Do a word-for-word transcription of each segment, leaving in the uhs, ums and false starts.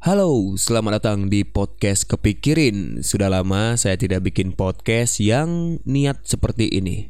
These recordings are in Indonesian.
Halo, selamat datang di podcast Kepikirin. Sudah lama saya tidak bikin podcast yang niat seperti ini.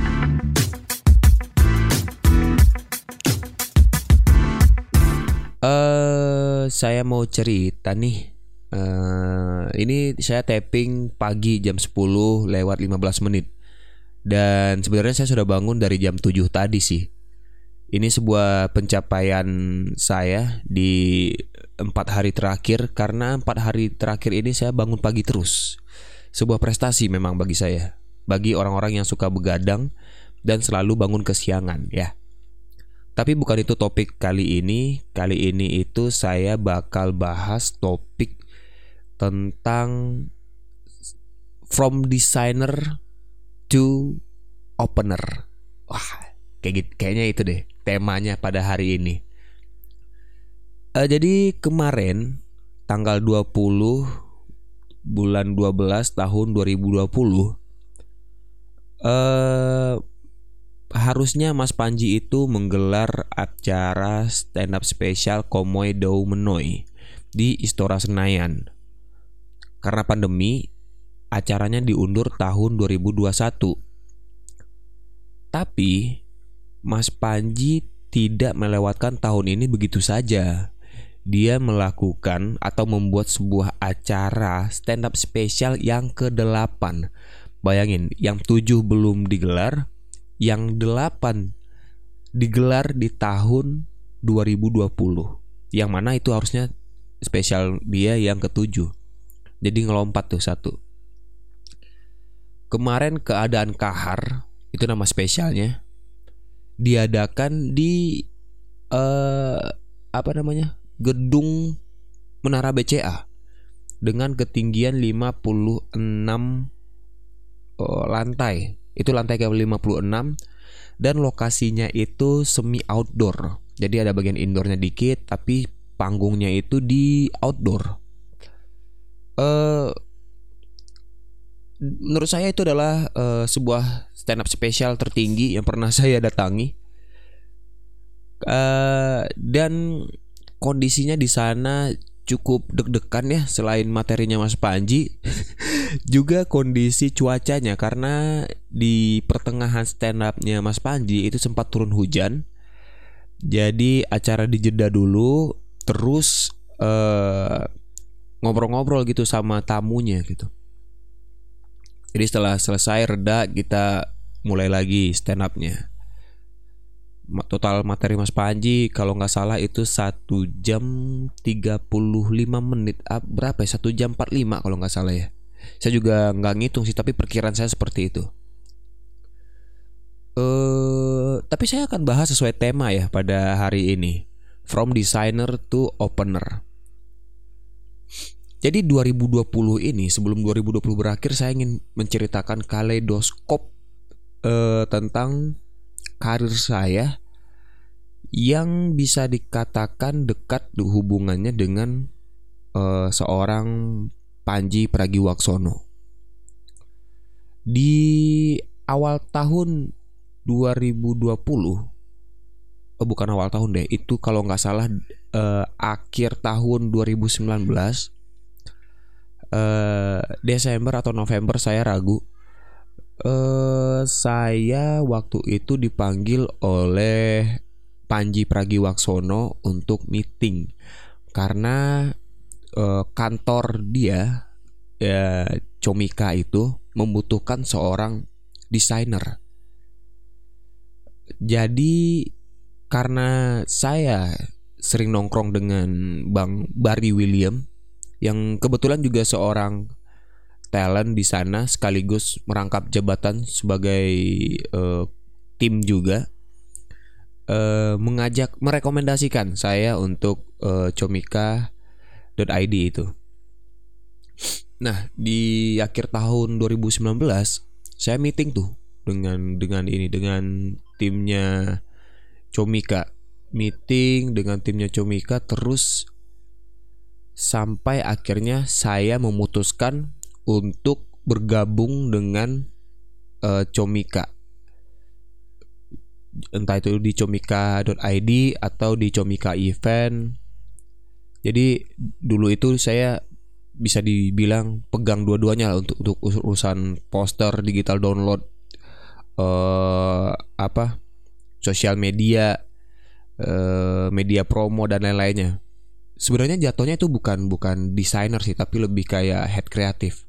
Eh, saya mau cerita nih. Eh, ini saya taping pagi jam sepuluh lewat lima belas menit. Dan sebenarnya saya sudah bangun dari jam tujuh tadi sih. Ini sebuah pencapaian saya di empat hari terakhir, karena empat hari terakhir ini saya bangun pagi terus. Sebuah prestasi memang bagi saya, bagi orang-orang yang suka begadang dan selalu bangun kesiangan ya. Tapi bukan itu topik kali ini. Kali ini itu saya bakal bahas topik tentang from designer to opener. Wah, kayak gitu, kayaknya itu deh temanya pada hari ini. Uh, jadi kemarin tanggal dua puluh bulan dua belas tahun dua ribu dua puluh, uh, harusnya Mas Panji itu menggelar acara stand up spesial Komoy Dou Menoi di Istora Senayan. Karena pandemi, acaranya diundur tahun dua ribu dua puluh satu. Tapi Mas Panji tidak melewatkan tahun ini begitu saja. Dia melakukan atau membuat sebuah acara stand up spesial yang kedelapan. Bayangin, yang tujuh belum digelar, yang delapan digelar di tahun dua ribu dua puluh. Yang mana itu harusnya spesial dia yang ketujuh. Jadi ngelompat tuh satu. Kemarin Keadaan Kahar, itu nama spesialnya, diadakan di uh, apa namanya gedung Menara B C A dengan ketinggian lima puluh enam uh, lantai. Itu lantai ke lima puluh enam dan lokasinya itu semi outdoor. Jadi ada bagian indoornya dikit, tapi panggungnya itu di outdoor. Uh, menurut saya itu adalah uh, sebuah stand up spesial tertinggi yang pernah saya datangi. Uh, dan kondisinya di sana cukup deg-degan ya, selain materinya Mas Panji juga kondisi cuacanya, karena di pertengahan stand up-nya Mas Panji itu sempat turun hujan. Jadi acara dijeda dulu, terus uh, ngobrol-ngobrol gitu sama tamunya gitu. Jadi setelah selesai reda, kita mulai lagi stand up-nya. Total materi Mas Panji kalau nggak salah itu satu jam tiga puluh lima menit. ah, Berapa ya? satu jam empat puluh lima kalau nggak salah ya. Saya juga nggak ngitung sih, tapi perkiraan saya seperti itu. uh, Tapi saya akan bahas sesuai tema ya pada hari ini, from designer to opener. Jadi dua ribu dua puluh ini, sebelum dua ribu dua puluh berakhir, saya ingin menceritakan kaleidoskop uh, tentang karir saya yang bisa dikatakan dekat hubungannya dengan uh, seorang Panji Pragiwaksono. Di awal tahun dua ribu dua puluh, oh bukan awal tahun deh, itu kalau nggak salah uh, akhir tahun dua ribu sembilan belas, uh, Desember atau November, saya ragu. Uh, saya waktu itu dipanggil oleh Panji Pragiwaksono untuk meeting karena uh, kantor dia ya, Comika itu membutuhkan seorang desainer. Jadi karena saya sering nongkrong dengan Bang Barry William yang kebetulan juga seorang talent di sana, sekaligus merangkap jabatan sebagai uh, tim juga, uh, mengajak merekomendasikan saya untuk uh, comika dot i d itu. Nah, di akhir tahun dua ribu sembilan belas saya meeting tuh dengan dengan ini dengan timnya Comika. Meeting dengan timnya Comika terus sampai akhirnya saya memutuskan untuk bergabung dengan uh, Comika. Entah itu di comika dot i d atau di Comika Event. Jadi dulu itu saya bisa dibilang pegang dua-duanya lah untuk untuk urusan poster, digital download, eh apa sosial media, eh, media promo dan lain-lainnya. Sebenarnya jatuhnya itu bukan bukan desainer sih, tapi lebih kayak head kreatif.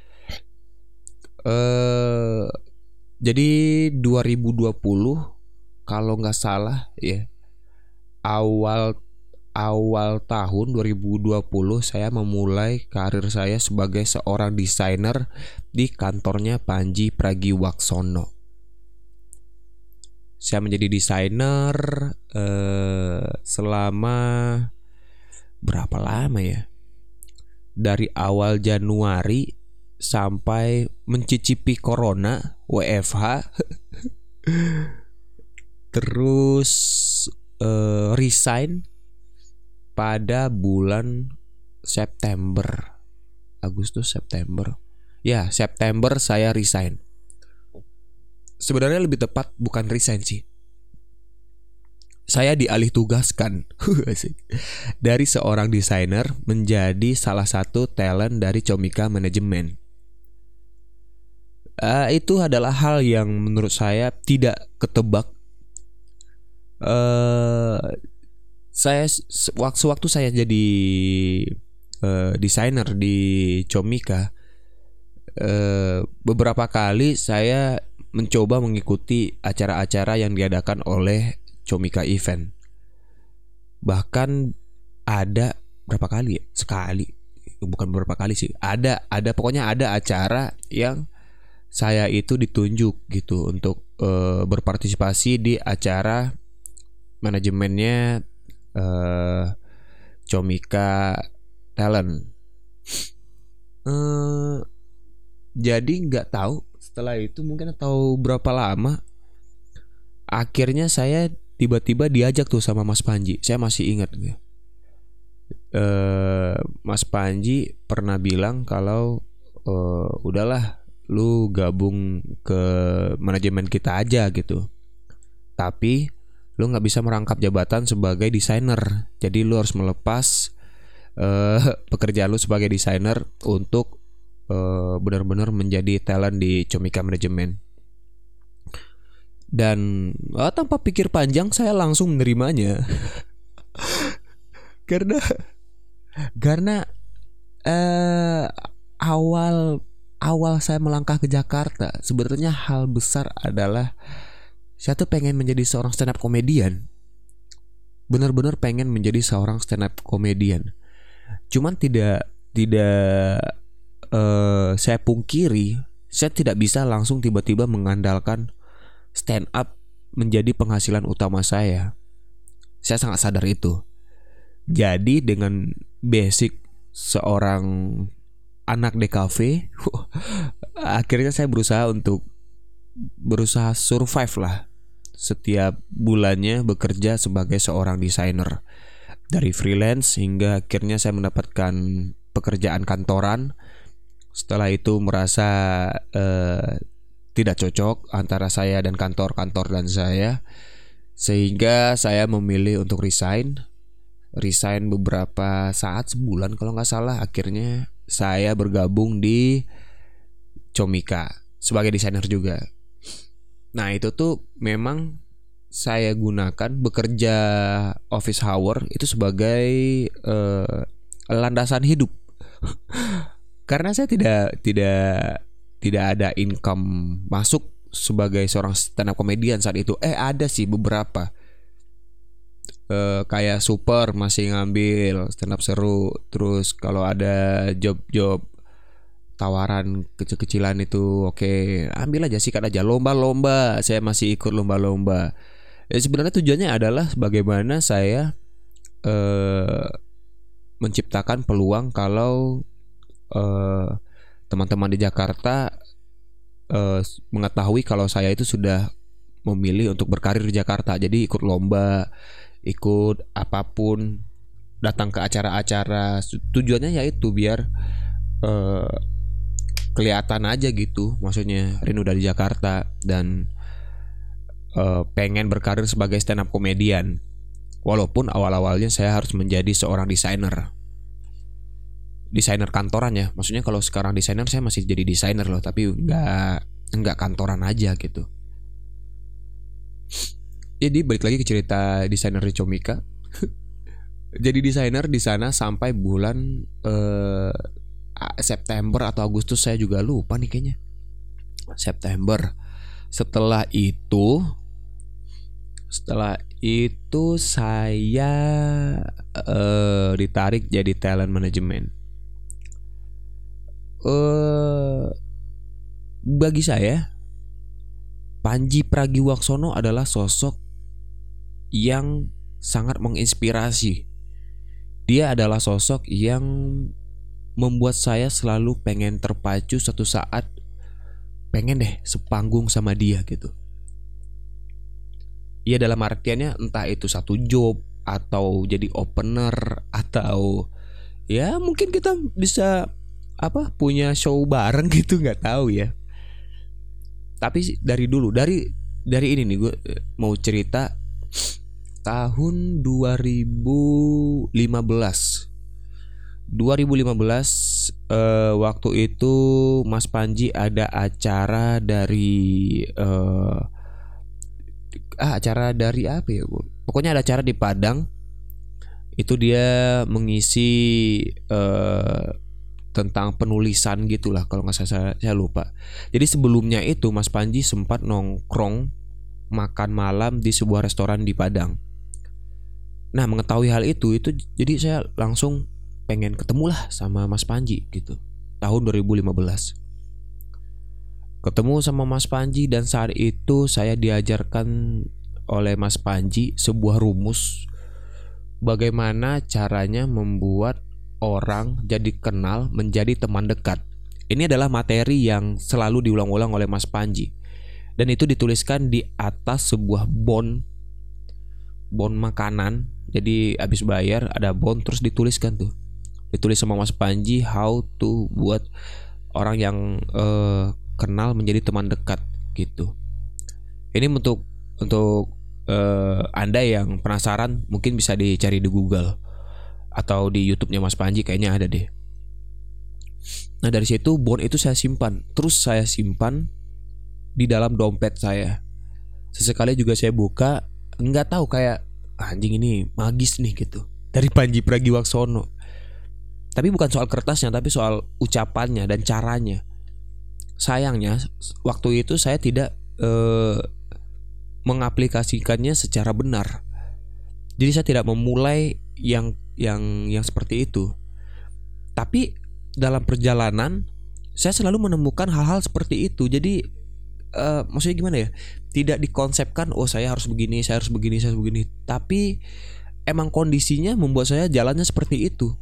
Eh jadi dua ribu dua puluh kalau nggak salah ya, awal awal tahun dua ribu dua puluh saya memulai karir saya sebagai seorang desainer di kantornya Panji Pragiwaksono. Saya menjadi desainer eh, selama berapa lama ya? Dari awal Januari sampai mencicipi corona, W F H. Terus eh, resign pada bulan September, Agustus, September. Ya, September saya resign. Sebenarnya lebih tepat bukan resign sih. Saya dialih tugaskan dari seorang desainer menjadi salah satu talent dari Comika Management. Uh, itu adalah hal yang menurut saya tidak ketebak. Uh, saya waktu-waktu saya jadi uh, desainer di Comika, uh, beberapa kali saya mencoba mengikuti acara-acara yang diadakan oleh Comika Event. Bahkan ada berapa kali ya? Sekali. Bukan beberapa kali sih. Ada ada pokoknya ada acara yang saya itu ditunjuk gitu untuk uh, berpartisipasi di acara manajemennya uh, Comika Talent. Uh, jadi nggak tahu setelah itu mungkin atau berapa lama, akhirnya saya tiba-tiba diajak tuh sama Mas Panji. Saya masih ingat gitu. Uh, Mas Panji pernah bilang kalau uh, udahlah, lu gabung ke manajemen kita aja gitu. Tapi lu nggak bisa merangkap jabatan sebagai desainer. Jadi lu harus melepas uh, pekerjaan lu sebagai desainer untuk uh, benar-benar menjadi talent di Comika Management. Dan uh, tanpa pikir panjang saya langsung menerimanya. karena karena uh, awal awal saya melangkah ke Jakarta, sebenarnya hal besar adalah saya tuh pengen menjadi seorang stand up comedian. Benar-benar pengen menjadi seorang stand up comedian. Cuman tidak tidak uh, saya pungkiri, saya tidak bisa langsung tiba-tiba mengandalkan stand up menjadi penghasilan utama saya. Saya sangat sadar itu. Jadi dengan basic seorang anak D K V, akhirnya saya berusaha untuk berusaha survive lah. Setiap bulannya bekerja sebagai seorang desainer, dari freelance hingga akhirnya saya mendapatkan pekerjaan kantoran. Setelah itu merasa eh, tidak cocok antara saya dan kantor-kantor dan saya, sehingga saya memilih untuk resign. Resign beberapa saat, sebulan kalau nggak salah. Akhirnya saya bergabung di Comika sebagai desainer juga. Nah itu tuh memang saya gunakan bekerja office hour itu sebagai eh, landasan hidup. Karena saya tidak tidak tidak ada income masuk sebagai seorang stand up comedian saat itu. Eh ada sih beberapa. Uh, kayak Super masih ngambil stand up seru. Terus kalau ada job-job tawaran kecil-kecilan itu oke, okay, ambil aja, sikat aja. Lomba-lomba, saya masih ikut lomba-lomba. Ya, sebenarnya tujuannya adalah bagaimana saya uh, menciptakan peluang kalau uh, teman-teman di Jakarta uh, mengetahui kalau saya itu sudah memilih untuk berkarir di Jakarta. Jadi ikut lomba, ikut apapun, datang ke acara-acara. Tujuannya yaitu biar uh, kelihatan aja gitu. Maksudnya Rin udah di Jakarta dan uh, pengen berkarir sebagai stand up comedian. Walaupun awal-awalnya saya harus menjadi seorang desainer. Desainer kantoran ya. Maksudnya kalau sekarang desainer saya masih jadi desainer loh, tapi nggak nggak kantoran aja gitu. Jadi balik lagi ke cerita desainer di Comika. Jadi desainer di sana sampai bulan eh, September atau Agustus, saya juga lupa nih kayaknya. September. Setelah itu Setelah itu saya uh, ditarik jadi talent management. Uh, bagi saya, Pandji Pragiwaksono adalah sosok yang sangat menginspirasi. Dia adalah sosok yang membuat saya selalu pengen terpacu suatu saat, pengen deh sepanggung sama dia gitu. Ya dalam artiannya entah itu satu job atau jadi opener atau ya mungkin kita bisa apa punya show bareng gitu, nggak tahu ya. Tapi dari dulu dari dari ini nih gue mau cerita tahun dua ribu lima belas. dua ribu lima belas eh, waktu itu Mas Pandji ada acara dari eh, ah, acara dari apa ya? Pokoknya ada acara di Padang. Itu dia mengisi eh, tentang penulisan gitulah kalau nggak salah, saya, saya lupa. Jadi sebelumnya itu Mas Pandji sempat nongkrong makan malam di sebuah restoran di Padang. Nah mengetahui hal itu itu jadi saya langsung pengen ketemu lah sama Mas Pandji gitu. Tahun dua ribu lima belas ketemu sama Mas Pandji, dan saat itu saya diajarkan oleh Mas Pandji sebuah rumus bagaimana caranya membuat orang jadi kenal menjadi teman dekat. Ini adalah materi yang selalu diulang-ulang oleh Mas Pandji, dan itu dituliskan di atas sebuah bon bon makanan. Jadi habis bayar ada bon, terus dituliskan tuh, ditulis sama Mas Pandji how to buat orang yang uh, kenal menjadi teman dekat gitu. Ini untuk untuk uh, Anda yang penasaran mungkin bisa dicari di Google atau di YouTube-nya Mas Pandji, kayaknya ada deh. Nah dari situ bon itu saya simpan, terus saya simpan di dalam dompet saya. Sesekali juga saya buka, nggak tahu kayak anjing ini magis nih gitu, dari Pandji Pragiwaksono. Tapi bukan soal kertasnya, tapi soal ucapannya dan caranya. Sayangnya waktu itu saya tidak eh, mengaplikasikannya secara benar. Jadi saya tidak memulai yang yang yang seperti itu. Tapi dalam perjalanan saya selalu menemukan hal-hal seperti itu. Jadi uh, maksudnya gimana ya? Tidak dikonsepkan oh saya harus begini, saya harus begini, saya harus begini. Tapi emang kondisinya membuat saya jalannya seperti itu.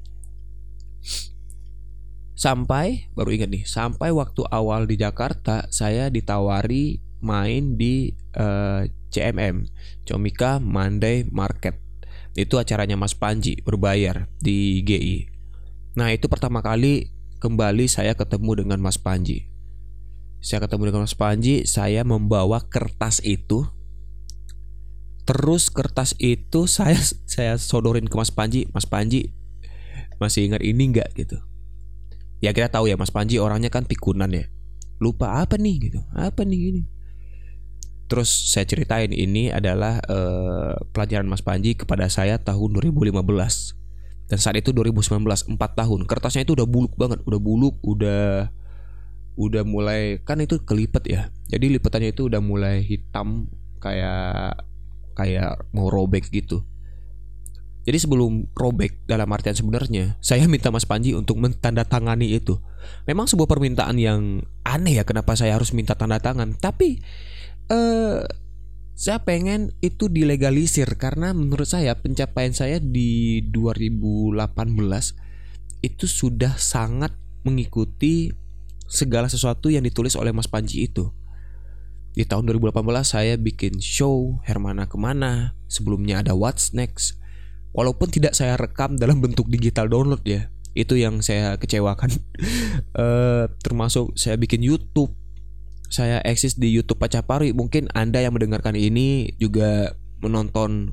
Sampai baru ingat nih, sampai waktu awal di Jakarta saya ditawari main di uh, C M M, Comika Monday Market. Itu acaranya Mas Pandji berbayar di G I. Nah itu pertama kali kembali saya ketemu dengan Mas Pandji. Saya ketemu dengan Mas Pandji, saya membawa kertas itu. Terus kertas itu saya saya sodorin ke Mas Pandji. Mas Pandji masih ingat ini enggak gitu. Ya kita tahu ya Mas Pandji orangnya kan pikunan ya. Lupa apa nih gitu. Apa nih gini. Terus saya ceritain ini adalah uh, pelajaran Mas Pandji kepada saya tahun dua ribu lima belas. Dan saat itu dua ribu sembilan belas, empat tahun. Kertasnya itu udah buluk banget, udah buluk, udah udah mulai, kan itu kelipet ya. Jadi lipetannya itu udah mulai hitam kayak kayak mau robek gitu. Jadi sebelum robek, dalam artian sebenarnya saya minta Mas Pandji untuk mentandatangani itu. Memang sebuah permintaan yang aneh ya, kenapa saya harus minta tanda tangan. Tapi Uh, saya pengen itu dilegalisir, karena menurut saya pencapaian saya di dua ribu delapan belas itu sudah sangat mengikuti segala sesuatu yang ditulis oleh Mas Pandji itu. Di tahun dua ribu delapan belas saya bikin show Hermana Kemana, sebelumnya ada What's Next. Walaupun tidak saya rekam dalam bentuk digital download ya, itu yang saya kecewakan. uh, Termasuk saya bikin YouTube. Saya eksis di YouTube Pacapari. Mungkin Anda yang mendengarkan ini juga menonton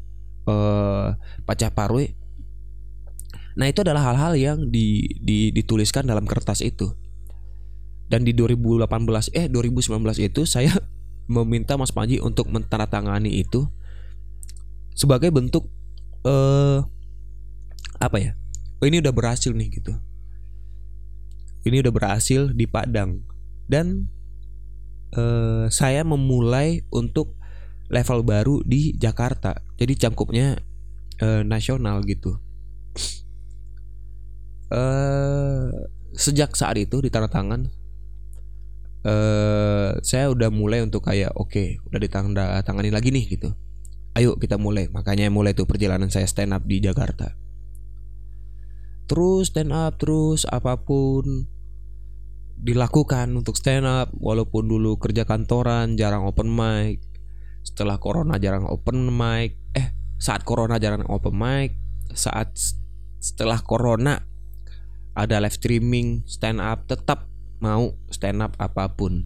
uh, pecah parui. Nah itu adalah hal-hal yang di, di, dituliskan dalam kertas itu. Dan di dua ribu delapan belas eh dua ribu sembilan belas itu saya meminta Mas Panji untuk mentandatangani itu sebagai bentuk uh, apa ya? Oh, ini udah berhasil nih gitu. Ini udah berhasil di Padang. Dan uh, saya memulai untuk level baru di Jakarta. Jadi cangkupnya uh, nasional gitu. Uh, sejak saat itu ditandatangan, uh, saya udah mulai untuk kayak oke, okay, udah ditandatangani lagi nih gitu. Ayo kita mulai. Makanya mulai tuh perjalanan saya stand up di Jakarta. Terus stand up, terus apapun dilakukan untuk stand up. Walaupun dulu kerja kantoran, jarang open mic. Setelah corona jarang open mic. Eh, saat corona jarang open mic. Saat setelah corona ada live streaming stand up, tetap mau stand up apapun.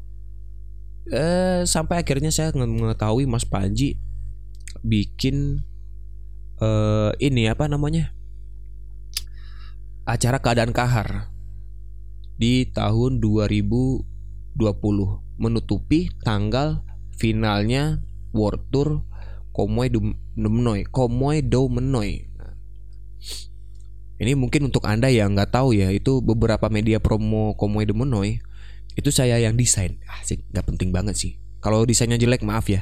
Eh, sampai akhirnya saya mengetahui Mas Panji bikin eh, ini apa namanya, acara Keadaan Kahar di tahun dua ribu dua puluh, menutupi tanggal finalnya World Tour Komoy Domenoy. Komoy Domenoy. Ini mungkin untuk Anda yang nggak tahu ya, itu beberapa media promo Komoy Domenoy itu saya yang desain. Asik, nggak penting banget sih. Kalau desainnya jelek maaf ya.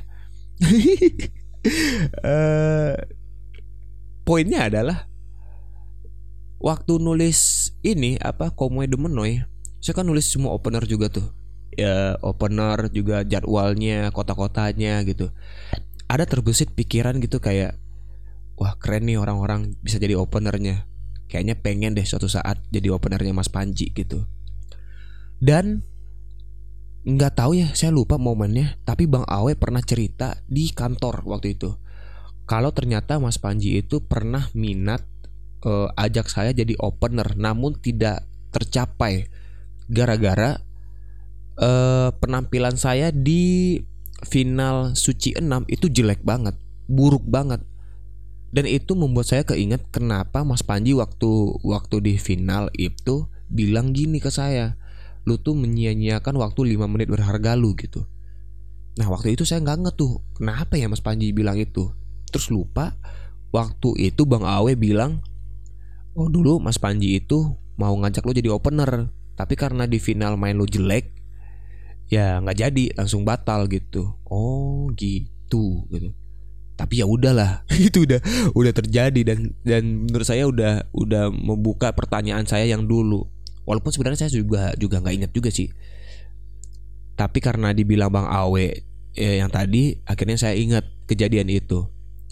uh, poinnya adalah waktu nulis ini apa Komoy Domenoy, saya kan nulis semua opener juga tuh. Ya, opener juga jadwalnya, kota-kotanya gitu. Ada terbesit pikiran gitu kayak, wah keren nih orang-orang bisa jadi openernya. Kayaknya pengen deh suatu saat jadi openernya Mas Panji gitu. Dan nggak tahu ya, saya lupa momennya, tapi Bang Awe pernah cerita di kantor waktu itu kalau ternyata Mas Panji itu pernah minat uh, ajak saya jadi opener, namun tidak tercapai gara-gara uh, penampilan saya di final Suci enam itu jelek banget, buruk banget. Dan itu membuat saya keinget kenapa Mas Panji waktu waktu di final itu bilang gini ke saya, lu tuh menyia-nyiakan waktu lima menit berharga lu gitu. Nah waktu itu saya gak nge tuh kenapa ya Mas Panji bilang itu. Terus lupa waktu itu Bang Awe bilang, oh dulu Mas Panji itu mau ngajak lu jadi opener, tapi karena di final main lu jelek, ya gak jadi, langsung batal gitu. Oh gitu gitu. Tapi ya udahlah, itu udah udah terjadi dan dan menurut saya udah udah membuka pertanyaan saya yang dulu. Walaupun sebenarnya saya juga juga nggak ingat juga sih. Tapi karena dibilang Bang Awe eh, yang tadi, akhirnya saya ingat kejadian itu.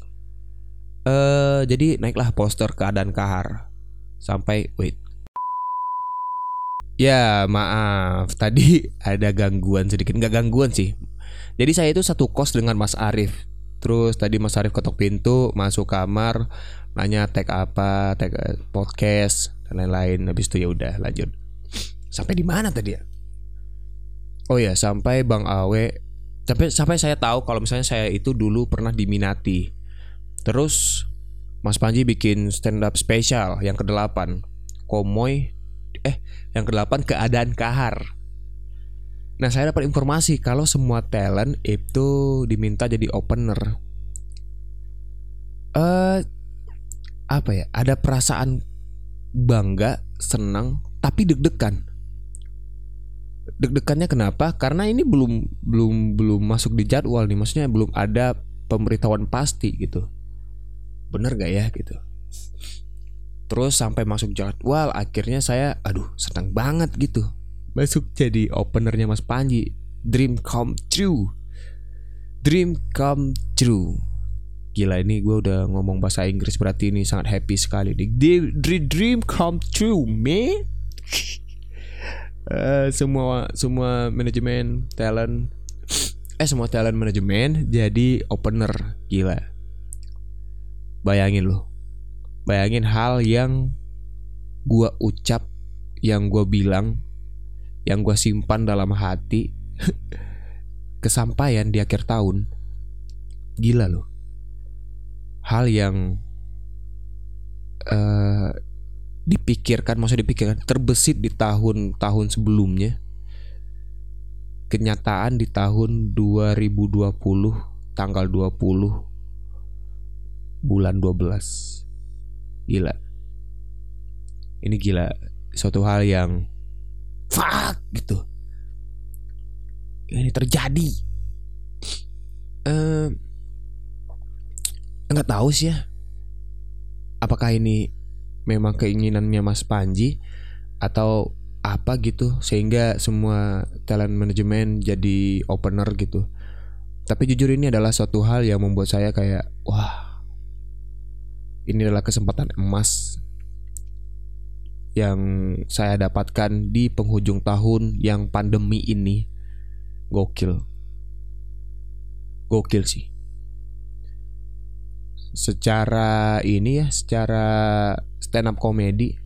Eh jadi naiklah poster Keadaan Kahar sampai wait. Ya maaf, tadi ada gangguan sedikit, nggak gangguan sih. Jadi saya itu satu kos dengan Mas Arif. Terus tadi Mas Arif ketok pintu, masuk kamar, nanya tag apa, tag podcast dan lain-lain. Habis itu ya udah lanjut. Sampai di mana tadi ya? Oh ya, sampai Bang Awe, sampai sampai saya tahu kalau misalnya saya itu dulu pernah diminati. Terus Mas Panji bikin stand up spesial yang kedelapan, Komoy eh yang kedelapan Keadaan Kahar. Nah saya dapat informasi kalau semua talent itu diminta jadi opener. Eh uh, apa ya? Ada perasaan bangga, senang, tapi deg-degan. Deg-degannya kenapa? Karena ini belum belum belum masuk di jadwal nih. Maksudnya belum ada pemberitahuan pasti gitu. Bener gak ya gitu. Terus sampai masuk jadwal, akhirnya saya aduh senang banget gitu, masuk jadi openernya Mas Panji. Dream come true. Dream come true. Gila, ini gue udah ngomong bahasa Inggris, berarti ini sangat happy sekali nih. Dream, dream come true, man. uh, Semua Semua manajemen talent Eh semua talent manajemen jadi opener. Gila. Bayangin loh. Bayangin hal yang gue ucap, yang gue bilang, yang gue simpan dalam hati kesampaian di akhir tahun. Gila loh. hal yang uh, dipikirkan, maksudnya dipikirkan, terbesit di tahun-tahun sebelumnya. Kenyataan di tahun dua ribu dua puluh tanggal dua puluh bulan dua belas. Gila. Ini gila, suatu hal yang fuck gitu. Ini terjadi. Eh enggak tahu sih ya. Apakah ini memang keinginannya Mas Panji atau apa gitu, sehingga semua talent manajemen jadi opener gitu. Tapi jujur ini adalah suatu hal yang membuat saya kayak, wah, ini adalah kesempatan emas yang saya dapatkan di penghujung tahun yang pandemi ini. Gokil. Gokil sih. Secara ini ya, secara stand up comedy,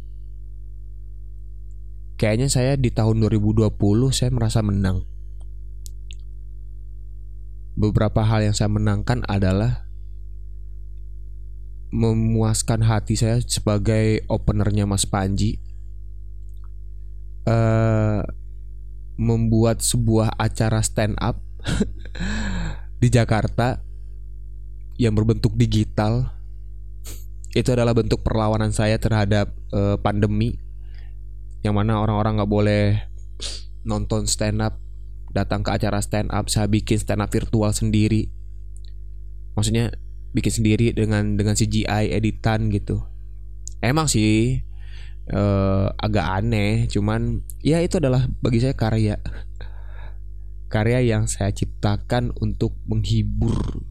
kayaknya saya di tahun dua ribu dua puluh saya merasa menang. Beberapa hal yang saya menangkan adalah memuaskan hati saya sebagai openernya Mas Panji, uh, membuat sebuah acara stand up di Jakarta yang berbentuk digital. Itu adalah bentuk perlawanan saya terhadap uh, pandemi, yang mana orang-orang gak boleh nonton stand up, datang ke acara stand up. Saya bikin stand up virtual sendiri. Maksudnya bikin sendiri dengan dengan C G I editan gitu. Emang sih uh, agak aneh, cuman ya itu adalah bagi saya karya. Karya yang saya ciptakan untuk menghibur.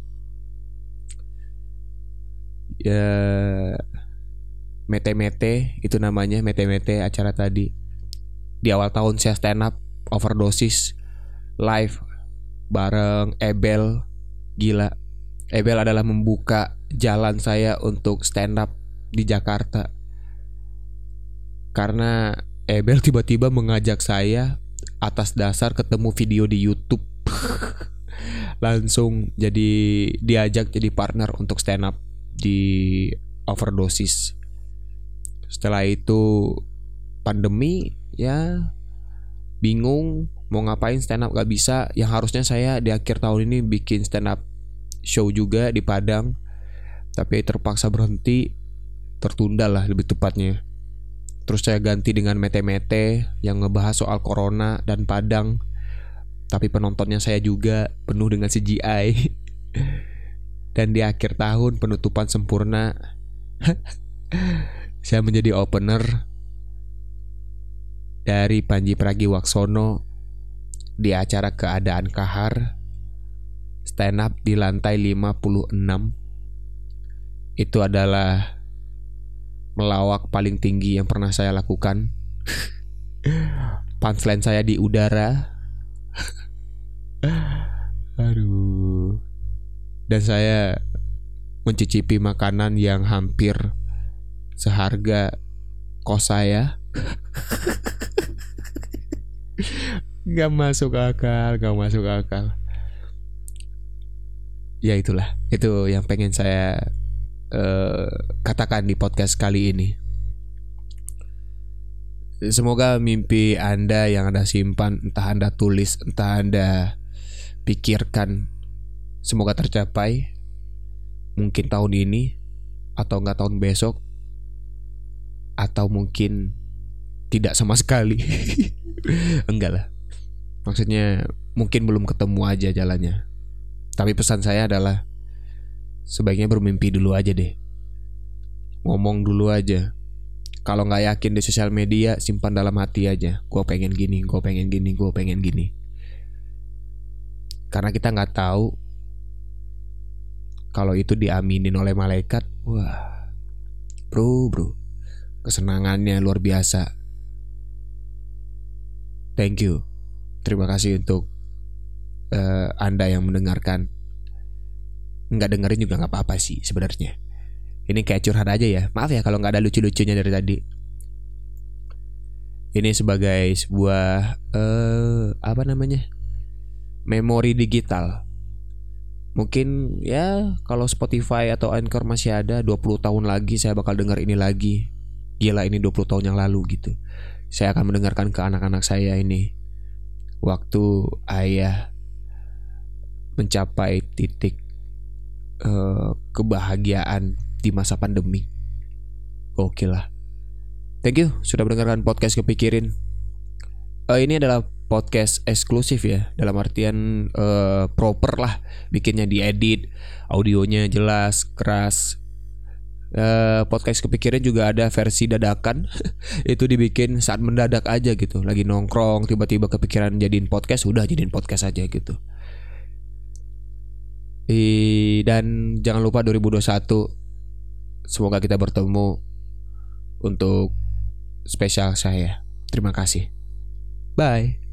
Ya, mete-mete itu namanya, mete-mete acara tadi. Di awal tahun saya stand up overdosis live bareng Ebel. Gila, Ebel adalah membuka jalan saya untuk stand up di Jakarta. Karena Ebel tiba-tiba mengajak saya atas dasar ketemu video di YouTube. Langsung jadi diajak jadi partner untuk stand up di overdosis. Setelah itu pandemi, ya bingung mau ngapain, stand up gak bisa. Yang harusnya saya di akhir tahun ini bikin stand up show juga di Padang, tapi terpaksa berhenti, tertunda lah lebih tepatnya. Terus saya ganti dengan mete-mete yang ngebahas soal corona dan Padang, tapi penontonnya saya juga penuh dengan C G I. Dan di akhir tahun penutupan sempurna, saya menjadi opener dari Panji Pragiwaksono di acara Keadaan Kahar, stand up di lantai lima puluh enam. Itu adalah melawak paling tinggi yang pernah saya lakukan. Punchline saya di udara. Aduh. Dan saya mencicipi makanan yang hampir seharga kos saya. Gak masuk akal, gak masuk akal. Ya itulah, itu yang pengen saya uh, katakan di podcast kali ini. Semoga mimpi Anda yang Anda simpan, entah Anda tulis, entah Anda pikirkan, semoga tercapai. Mungkin tahun ini, atau enggak tahun besok, atau mungkin tidak sama sekali. Enggak lah, maksudnya mungkin belum ketemu aja jalannya. Tapi pesan saya adalah sebaiknya bermimpi dulu aja deh. Ngomong dulu aja. Kalau gak yakin di sosial media, simpan dalam hati aja. Gue pengen gini, gue pengen gini, gue pengen gini. Karena kita gak tahu kalau itu diaminin oleh malaikat. Wah, bro bro, kesenangannya luar biasa. Thank you. Terima kasih untuk uh, Anda yang mendengarkan. Nggak dengerin juga nggak apa-apa sih sebenarnya. Ini kayak curhat aja ya. Maaf ya kalau nggak ada lucu-lucunya dari tadi. Ini sebagai sebuah uh, apa namanya, memori digital. Mungkin ya kalau Spotify atau Anchor masih ada, dua puluh tahun lagi saya bakal dengar ini lagi. Gila, ini dua puluh tahun yang lalu gitu. Saya akan mendengarkan ke anak-anak saya ini waktu ayah mencapai titik uh, kebahagiaan di masa pandemi. Oke lah. Thank you sudah mendengarkan podcast Kepikirin. Uh, ini adalah podcast eksklusif ya, dalam artian uh, proper lah, bikinnya diedit, audionya jelas, keras. Uh, podcast Kepikiran juga ada versi dadakan. Itu dibikin saat mendadak aja gitu, lagi nongkrong tiba-tiba kepikiran jadiin podcast, udah jadiin podcast aja gitu. I, dan jangan lupa dua ribu dua puluh satu semoga kita bertemu untuk spesial saya. Terima kasih. Bye.